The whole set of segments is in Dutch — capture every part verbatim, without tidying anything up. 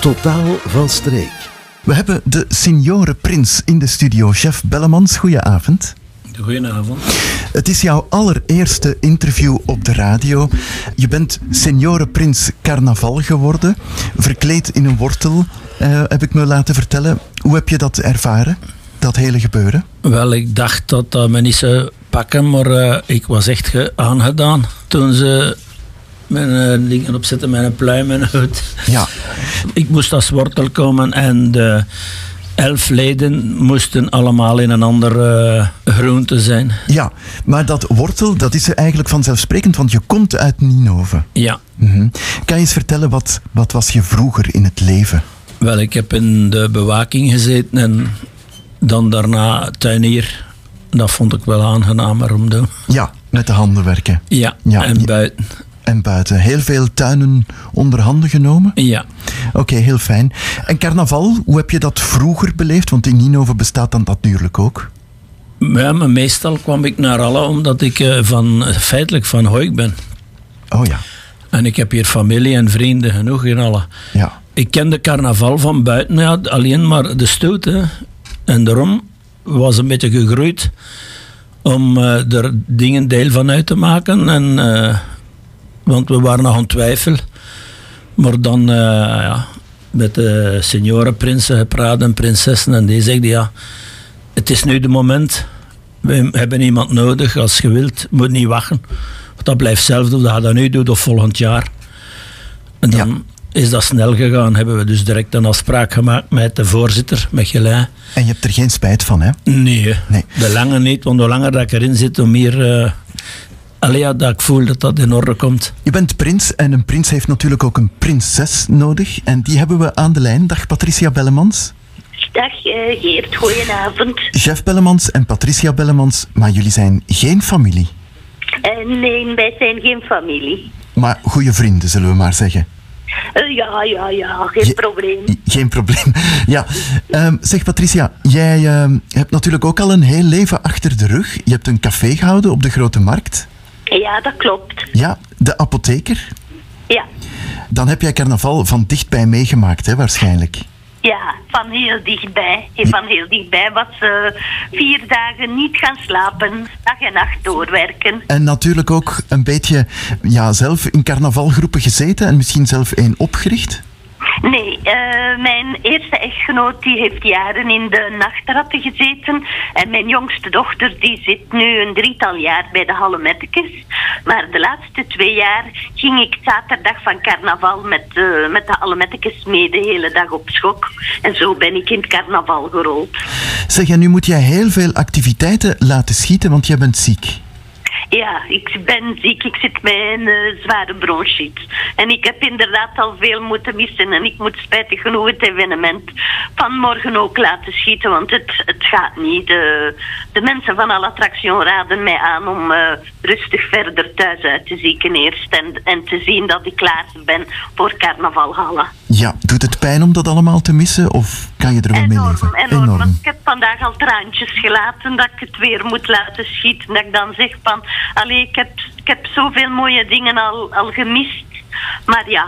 Totaal van streek. We hebben de seniorenprins in de studio. Chef Bellemans, goedenavond. Goedenavond. Het is jouw allereerste interview op de radio. Je bent seniorenprins carnaval geworden, verkleed in een wortel, uh, heb ik me laten vertellen. Hoe heb je dat ervaren, dat hele gebeuren? Wel, ik dacht dat dat me niet zou pakken, maar uh, ik was echt ge- aangedaan toen ze mijn uh, dingen opzetten met een pluim en hout. Ja. Ik moest als wortel komen en de elf leden moesten allemaal in een andere uh, groente zijn. Ja, maar dat wortel, dat is eigenlijk vanzelfsprekend, want je komt uit Ninove. Ja. Mm-hmm. Kan je eens vertellen, wat, wat was je vroeger in het leven? Wel, ik heb in de bewaking gezeten en dan daarna tuinier. Dat vond ik wel aangenamer om te doen. Ja, met de handen werken. Ja, Ja, en ja. buiten. En buiten. Heel veel tuinen onder handen genomen? Ja. Oké, okay, heel fijn. En carnaval, hoe heb je dat vroeger beleefd? Want in Ninove bestaat dat natuurlijk ook. Ja, maar meestal kwam ik naar Alle omdat ik uh, van, feitelijk van Hoik ben. Oh ja. En ik heb hier familie en vrienden genoeg in Alle. Ja. Ik ken de carnaval van buiten, ja, alleen maar de stoet. Hè. En daarom was een beetje gegroeid om uh, er dingen deel van uit te maken. En, uh, want we waren nog aan twijfel. Maar dan uh, ja, met de seniorenprinsen gepraat en prinsessen. En die zegden, ja, het is nu de moment. We hebben iemand nodig. Als je wilt, moet niet wachten. Want dat blijft zelf doen. Dat gaat dat nu doen of volgend jaar. En dan ja. is dat snel gegaan. Hebben we dus direct een afspraak gemaakt met de voorzitter, met Gelijn. En je hebt er geen spijt van, hè? Nee, nee. De lange niet. Want hoe langer dat ik erin zit, hoe meer... Uh, Allee, ja, dat ik voel dat dat in orde komt. Je bent prins en een prins heeft natuurlijk ook een prinses nodig. En die hebben we aan de lijn. Dag Patricia Bellemans. Dag uh, Geert, goedenavond. Chef Bellemans en Patricia Bellemans, maar jullie zijn geen familie. Uh, nee, wij zijn geen familie. Maar goede vrienden, zullen we maar zeggen. Uh, ja, ja, ja, geen Je, probleem. Geen probleem, ja. Um, zeg Patricia, jij um, hebt natuurlijk ook al een heel leven achter de rug. Je hebt een café gehouden op de Grote Markt. Ja, dat klopt. Ja, de apotheker. Ja. Dan heb jij carnaval van dichtbij meegemaakt, hè, waarschijnlijk. Ja, van heel dichtbij. Van heel dichtbij was uh, vier dagen niet gaan slapen, dag en nacht doorwerken. En natuurlijk ook een beetje ja, zelf in carnavalgroepen gezeten en misschien zelf één opgericht? Nee, uh, mijn eerste echtgenoot die heeft jaren in de nachtratten gezeten. En mijn jongste dochter die zit nu een drietal jaar bij de Hallemettekes. Maar de laatste twee jaar ging ik zaterdag van carnaval met, uh, met de Hallemettekes mee de hele dag op schok. En zo ben ik in het carnaval gerold. Zeg, en nu moet jij heel veel activiteiten laten schieten, want jij bent ziek. Ja, ik ben ziek. Ik zit met een uh, zware bronchiet. En ik heb inderdaad al veel moeten missen. En ik moet spijtig genoeg het evenement van morgen ook laten schieten. Want het, het gaat niet. De, de mensen van Al Attraction raden mij aan om uh, rustig verder thuis uit te zieken eerst. En, en te zien dat ik klaar ben voor carnavalhallen. Ja, doet het pijn om dat allemaal te missen? Of kan je er wel mee leven? Enorm, enorm. Want ik heb vandaag al traantjes gelaten dat ik het weer moet laten schieten. Dat ik dan zeg van... Allee, ik heb, ik heb zoveel mooie dingen al, al gemist. Maar ja,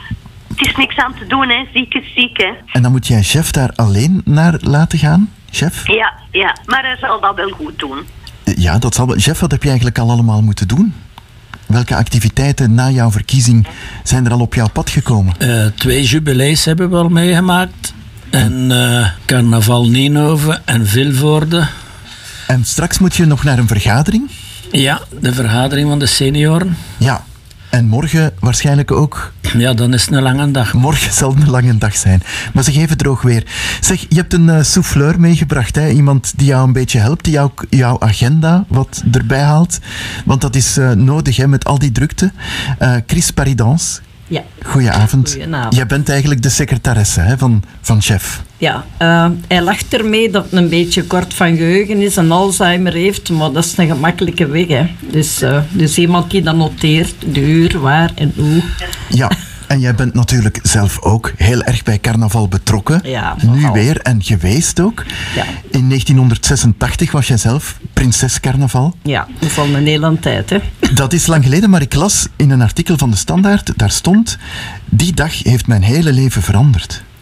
het is niks aan te doen, hè. Ziek is ziek, hè. En dan moet jij chef daar alleen naar laten gaan? Chef? Ja, ja, maar hij zal dat wel goed doen. Ja, dat zal wel. Chef, wat heb je eigenlijk al allemaal moeten doen? Welke activiteiten na jouw verkiezing zijn er al op jouw pad gekomen? Uh, twee jubilees hebben we al meegemaakt. En uh, carnaval Ninove en Vilvoorde. En straks moet je nog naar een vergadering? Ja, de vergadering van de senioren. Ja, en morgen waarschijnlijk ook. Ja, dan is het een lange dag. Morgen zal het een lange dag zijn. Maar zeg even droog weer. Zeg, je hebt een uh, souffleur meegebracht, hè? Iemand die jou een beetje helpt, die jou, jouw agenda wat erbij haalt. Want dat is uh, nodig, hè, met al die drukte. Uh, Chris Paridans. Ja. Goedenavond. Goedenavond. Jij bent eigenlijk de secretaresse, hè, van, van chef. Ja, uh, hij lacht ermee dat het een beetje kort van geheugen is en Alzheimer heeft, maar dat is een gemakkelijke weg, hè. Dus, uh, dus iemand die dat noteert, de uur, waar en hoe. Ja. En jij bent natuurlijk zelf ook heel erg bij carnaval betrokken. Ja, nu weer en geweest ook. Ja. In negentienhonderdzesentachtig was jij zelf prinses carnaval. Ja, dat is al een hele tijd, hè. Dat is lang geleden, maar ik las in een artikel van de Standaard, daar stond: die dag heeft mijn hele leven veranderd.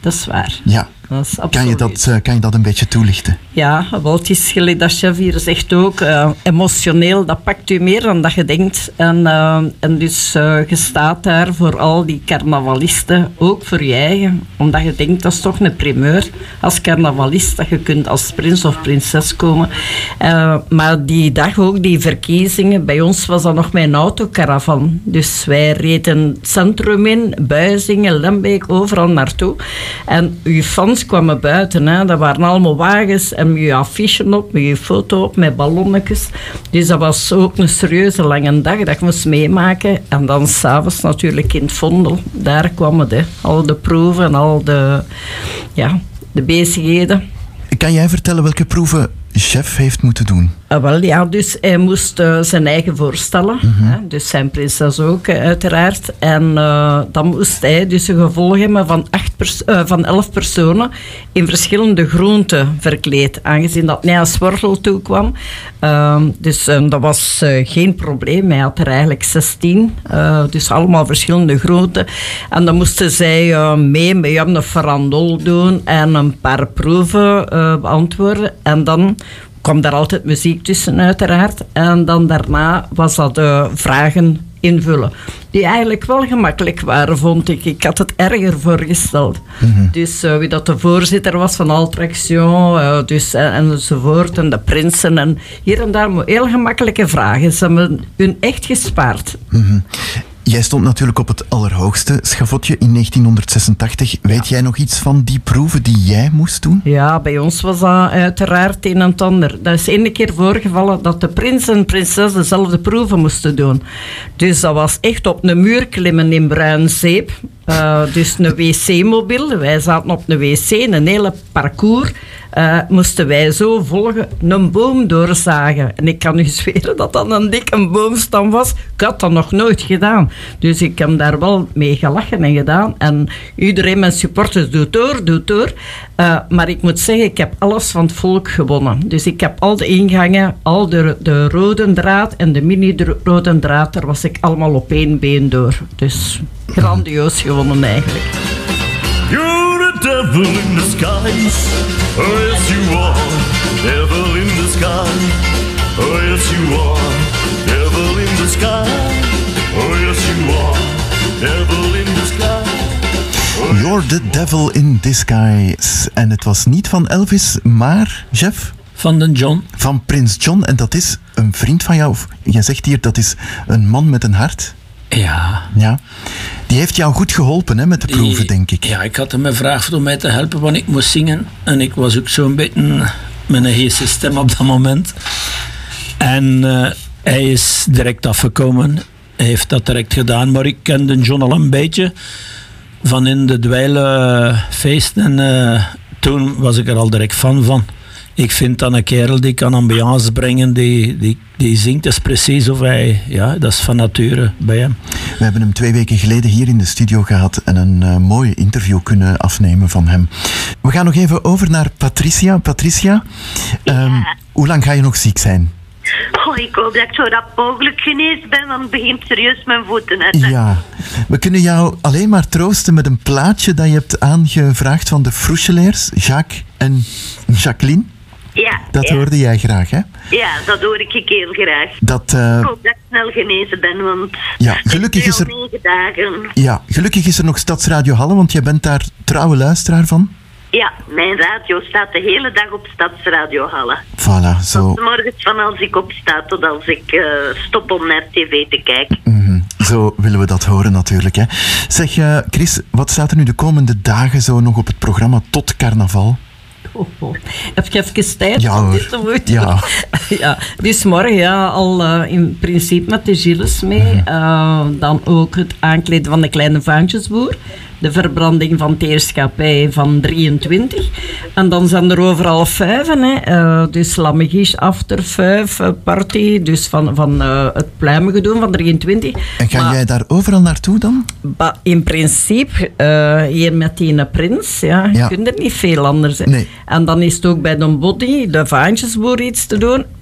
dat is waar. Ja. Dat is kan, je dat, uh, kan je dat een beetje toelichten? Ja, wel, het is gelijk dat chef hier zegt ook, uh, emotioneel, dat pakt u meer dan dat je denkt. En, uh, en dus uh, je staat daar voor al die carnavalisten, ook voor je eigen. Omdat je denkt, dat is toch een primeur als carnavalist, dat je kunt als prins of prinses komen. Uh, maar die dag ook, die verkiezingen, bij ons was dat nog met een autocaravan. Dus wij reden het centrum in, Buizingen, Lembeek, overal naartoe. En uw fans kwamen buiten, hè. Dat waren allemaal wagens en met je affiche op, met je foto op, met ballonnetjes. Dus dat was ook een serieuze lange dag dat je moest meemaken. En dan s'avonds natuurlijk in het Vondel. Daar kwam het, hè. Al de proeven en al de, ja, de bezigheden. Kan jij vertellen welke proeven chef heeft moeten doen? Uh, wel ja, dus hij moest uh, zijn eigen voorstellen. Mm-hmm. Hè, dus zijn prinses ook, uh, uiteraard. En uh, dan moest hij dus een gevolg hebben van, acht pers- uh, van elf personen in verschillende groenten verkleed. Aangezien dat hij als wortel toe kwam. Uh, dus uh, dat was uh, geen probleem. Hij had er eigenlijk zestien. Uh, dus allemaal verschillende groenten. En dan moesten zij uh, mee met hem een farandol doen en een paar proeven uh, beantwoorden. En dan kwam daar altijd muziek tussen, uiteraard. En dan daarna was dat uh, vragen invullen. Die eigenlijk wel gemakkelijk waren, vond ik. Ik had het erger voorgesteld. Mm-hmm. Dus uh, wie dat de voorzitter was van Alteraction, uh, dus, uh, enzovoort, en de prinsen. En hier en daar heel gemakkelijke vragen. Ze hebben hun echt gespaard. Mm-hmm. Jij stond natuurlijk op het allerhoogste schavotje in negentienhonderdzesentachtig. Weet ja. jij nog iets van die proeven die jij moest doen? Ja, bij ons was dat uiteraard een en ander. Dat is één keer voorgevallen dat de prins en prinses dezelfde proeven moesten doen. Dus dat was echt op een muur klimmen in bruin zeep. Uh, dus een wc-mobiel. Wij zaten op een wc, een hele parcours. Uh, moesten wij zo volgen, een boom doorzagen. En ik kan u zweren dat dat een dikke boomstam was. Ik had dat nog nooit gedaan. Dus ik heb daar wel mee gelachen en gedaan. En iedereen, mijn supporters, doet door, doet door. Uh, maar ik moet zeggen, ik heb alles van het volk gewonnen. Dus ik heb al de ingangen, al de, de rode draad en de mini-rode draad, daar was ik allemaal op één been door. Dus grandioos gewonnen eigenlijk. You're a devil in disguise. Oh yes you are, devil in disguise. Oh yes you are, devil in disguise. Oh yes you are, devil in disguise. Oh, You're the devil in disguise. En het was niet van Elvis, maar, Jeff? Van de John. Van Prins John. En dat is een vriend van jou. Jij zegt hier, dat is een man met een hart. Ja. Ja. Die heeft jou goed geholpen, hè, met de proeven, denk ik. Ja, ik had hem gevraagd om mij te helpen, want ik moest zingen. En ik was ook zo'n beetje met een heese stem op dat moment. En uh, hij is direct afgekomen. Hij heeft dat direct gedaan. Maar ik kende John al een beetje van in de dweilfeesten. En uh, toen was ik er al direct fan van. Ik vind dat een kerel die kan ambiance brengen, die, die, die zingt, dat is precies of hij, ja, dat is van nature bij hem. We hebben hem twee weken geleden hier in de studio gehad en een uh, mooi interview kunnen afnemen van hem. We gaan nog even over naar Patricia. Patricia, um, ja. Hoe lang ga je nog ziek zijn? Oh, ik hoop dat ik zo rap mogelijk genezen ben, want het begint serieus mijn voeten uit. Ja, we kunnen jou alleen maar troosten met een plaatje dat je hebt aangevraagd van de Frouchelaers, Jacques en Jacqueline. Ja. Dat ja. hoorde jij graag, hè? Ja, dat hoor ik heel graag. Dat, uh, ik hoop dat ik snel genezen ben, want ja, gelukkig is er negen dagen. Ja, gelukkig is er nog Stadsradio Halle, want jij bent daar trouwe luisteraar van. Ja, mijn radio staat de hele dag op Stadsradio Halle. Voilà, zo. Van 's morgens van als ik opsta tot als ik uh, stop om naar tv te kijken. Mm-hmm. Zo willen we dat horen natuurlijk, hè. Zeg, uh, Chris, wat staat er nu de komende dagen zo nog op het programma tot carnaval? Oh, oh. Heb je even tijd ja, om dit te moeten? Ja. ja. Dus morgen ja, al uh, in principe met de Gilles mee. Uh, dan ook het aankleden van de kleine vaantjesboer. De verbranding van het heerschappij van drieëntwintig. En dan zijn er overal vijven. Hè. Uh, dus Lammegies after vijf uh, party. Dus van, van uh, het pluimige doen van drieëntwintig. En ga maar, jij daar overal naartoe dan? Ba, in principe, uh, hier met die prins. Ja, ja. Je kunt er niet veel anders. Nee. En dan is het ook bij de body, de vaantjesboer, iets te doen. En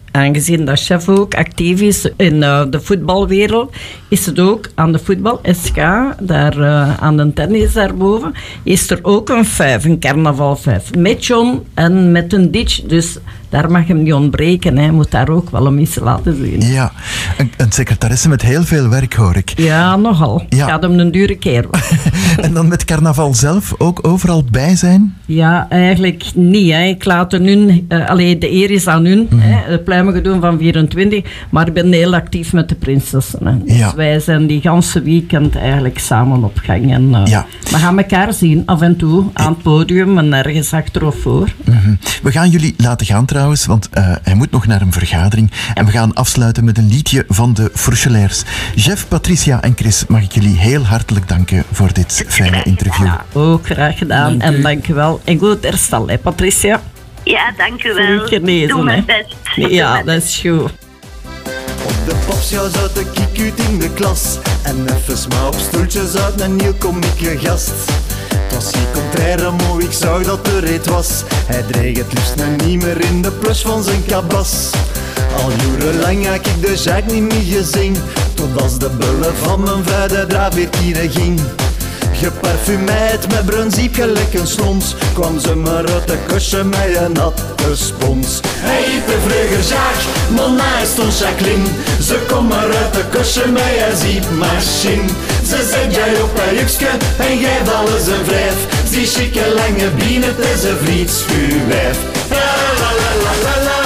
aangezien dat chef ook actief is in uh, de voetbalwereld, is het ook aan de voetbal S K, daar uh, aan de tennis daarboven, is er ook een vijf, een carnaval vijf. Met John en met een ditch. Dus daar mag hem niet ontbreken. Hij moet daar ook wel een mis laten zien. Ja, een, een secretaresse met heel veel werk, hoor ik. Ja, nogal. Ja. Gaat hem een dure keer. En dan met carnaval zelf ook overal bij zijn? Ja, eigenlijk niet. Hè. Ik laat het hun, uh, allee, de eer is aan hun. Mm-hmm. Hè. Het pluimen doen van vierentwintig, maar ik ben heel actief met de prinsessen. Hè. Dus ja. wij zijn die ganse weekend eigenlijk samen op gang. En, uh, ja. we gaan elkaar zien, af en toe, aan het podium en ergens achter of voor. Mm-hmm. We gaan jullie laten gaan trouwens, want uh, hij moet nog naar een vergadering. En we gaan afsluiten met een liedje van de Fourchelairs. Jeff, Patricia en Chris, mag ik jullie heel hartelijk danken voor dit fijne interview. Ja, ook graag gedaan. Dank en dank je wel. En goed herstel, hè, Patricia. Ja, dank u wel. Genezen, Doe mijn best. Ja, dat is goed. Op de popshow zat de kiek uit in de klas. En even maar op stoeltjes uit een nieuw komieke gast. Het was hier contraire mooi, ik zag dat er reet was. Hij dreeg het liefst nou niet meer in de plush van zijn kabas. Al jarenlang heb ik de Jacques niet meer gezien, tot als de bullen van mijn vader daar weer kieren ging. Geparfumeerd met brunziep gelijk een slons, kwam ze maar uit de kusje met een natte spons. Hij heette vroeger Jacques, maar naast stond Jacqueline. Ze kom maar uit de kusje met een ziepmachine. Ze zet jij op een jukske en geeft alles een wrijf. Die chique lange bienen, het is een vrietsvuurwijf. La la la la la la.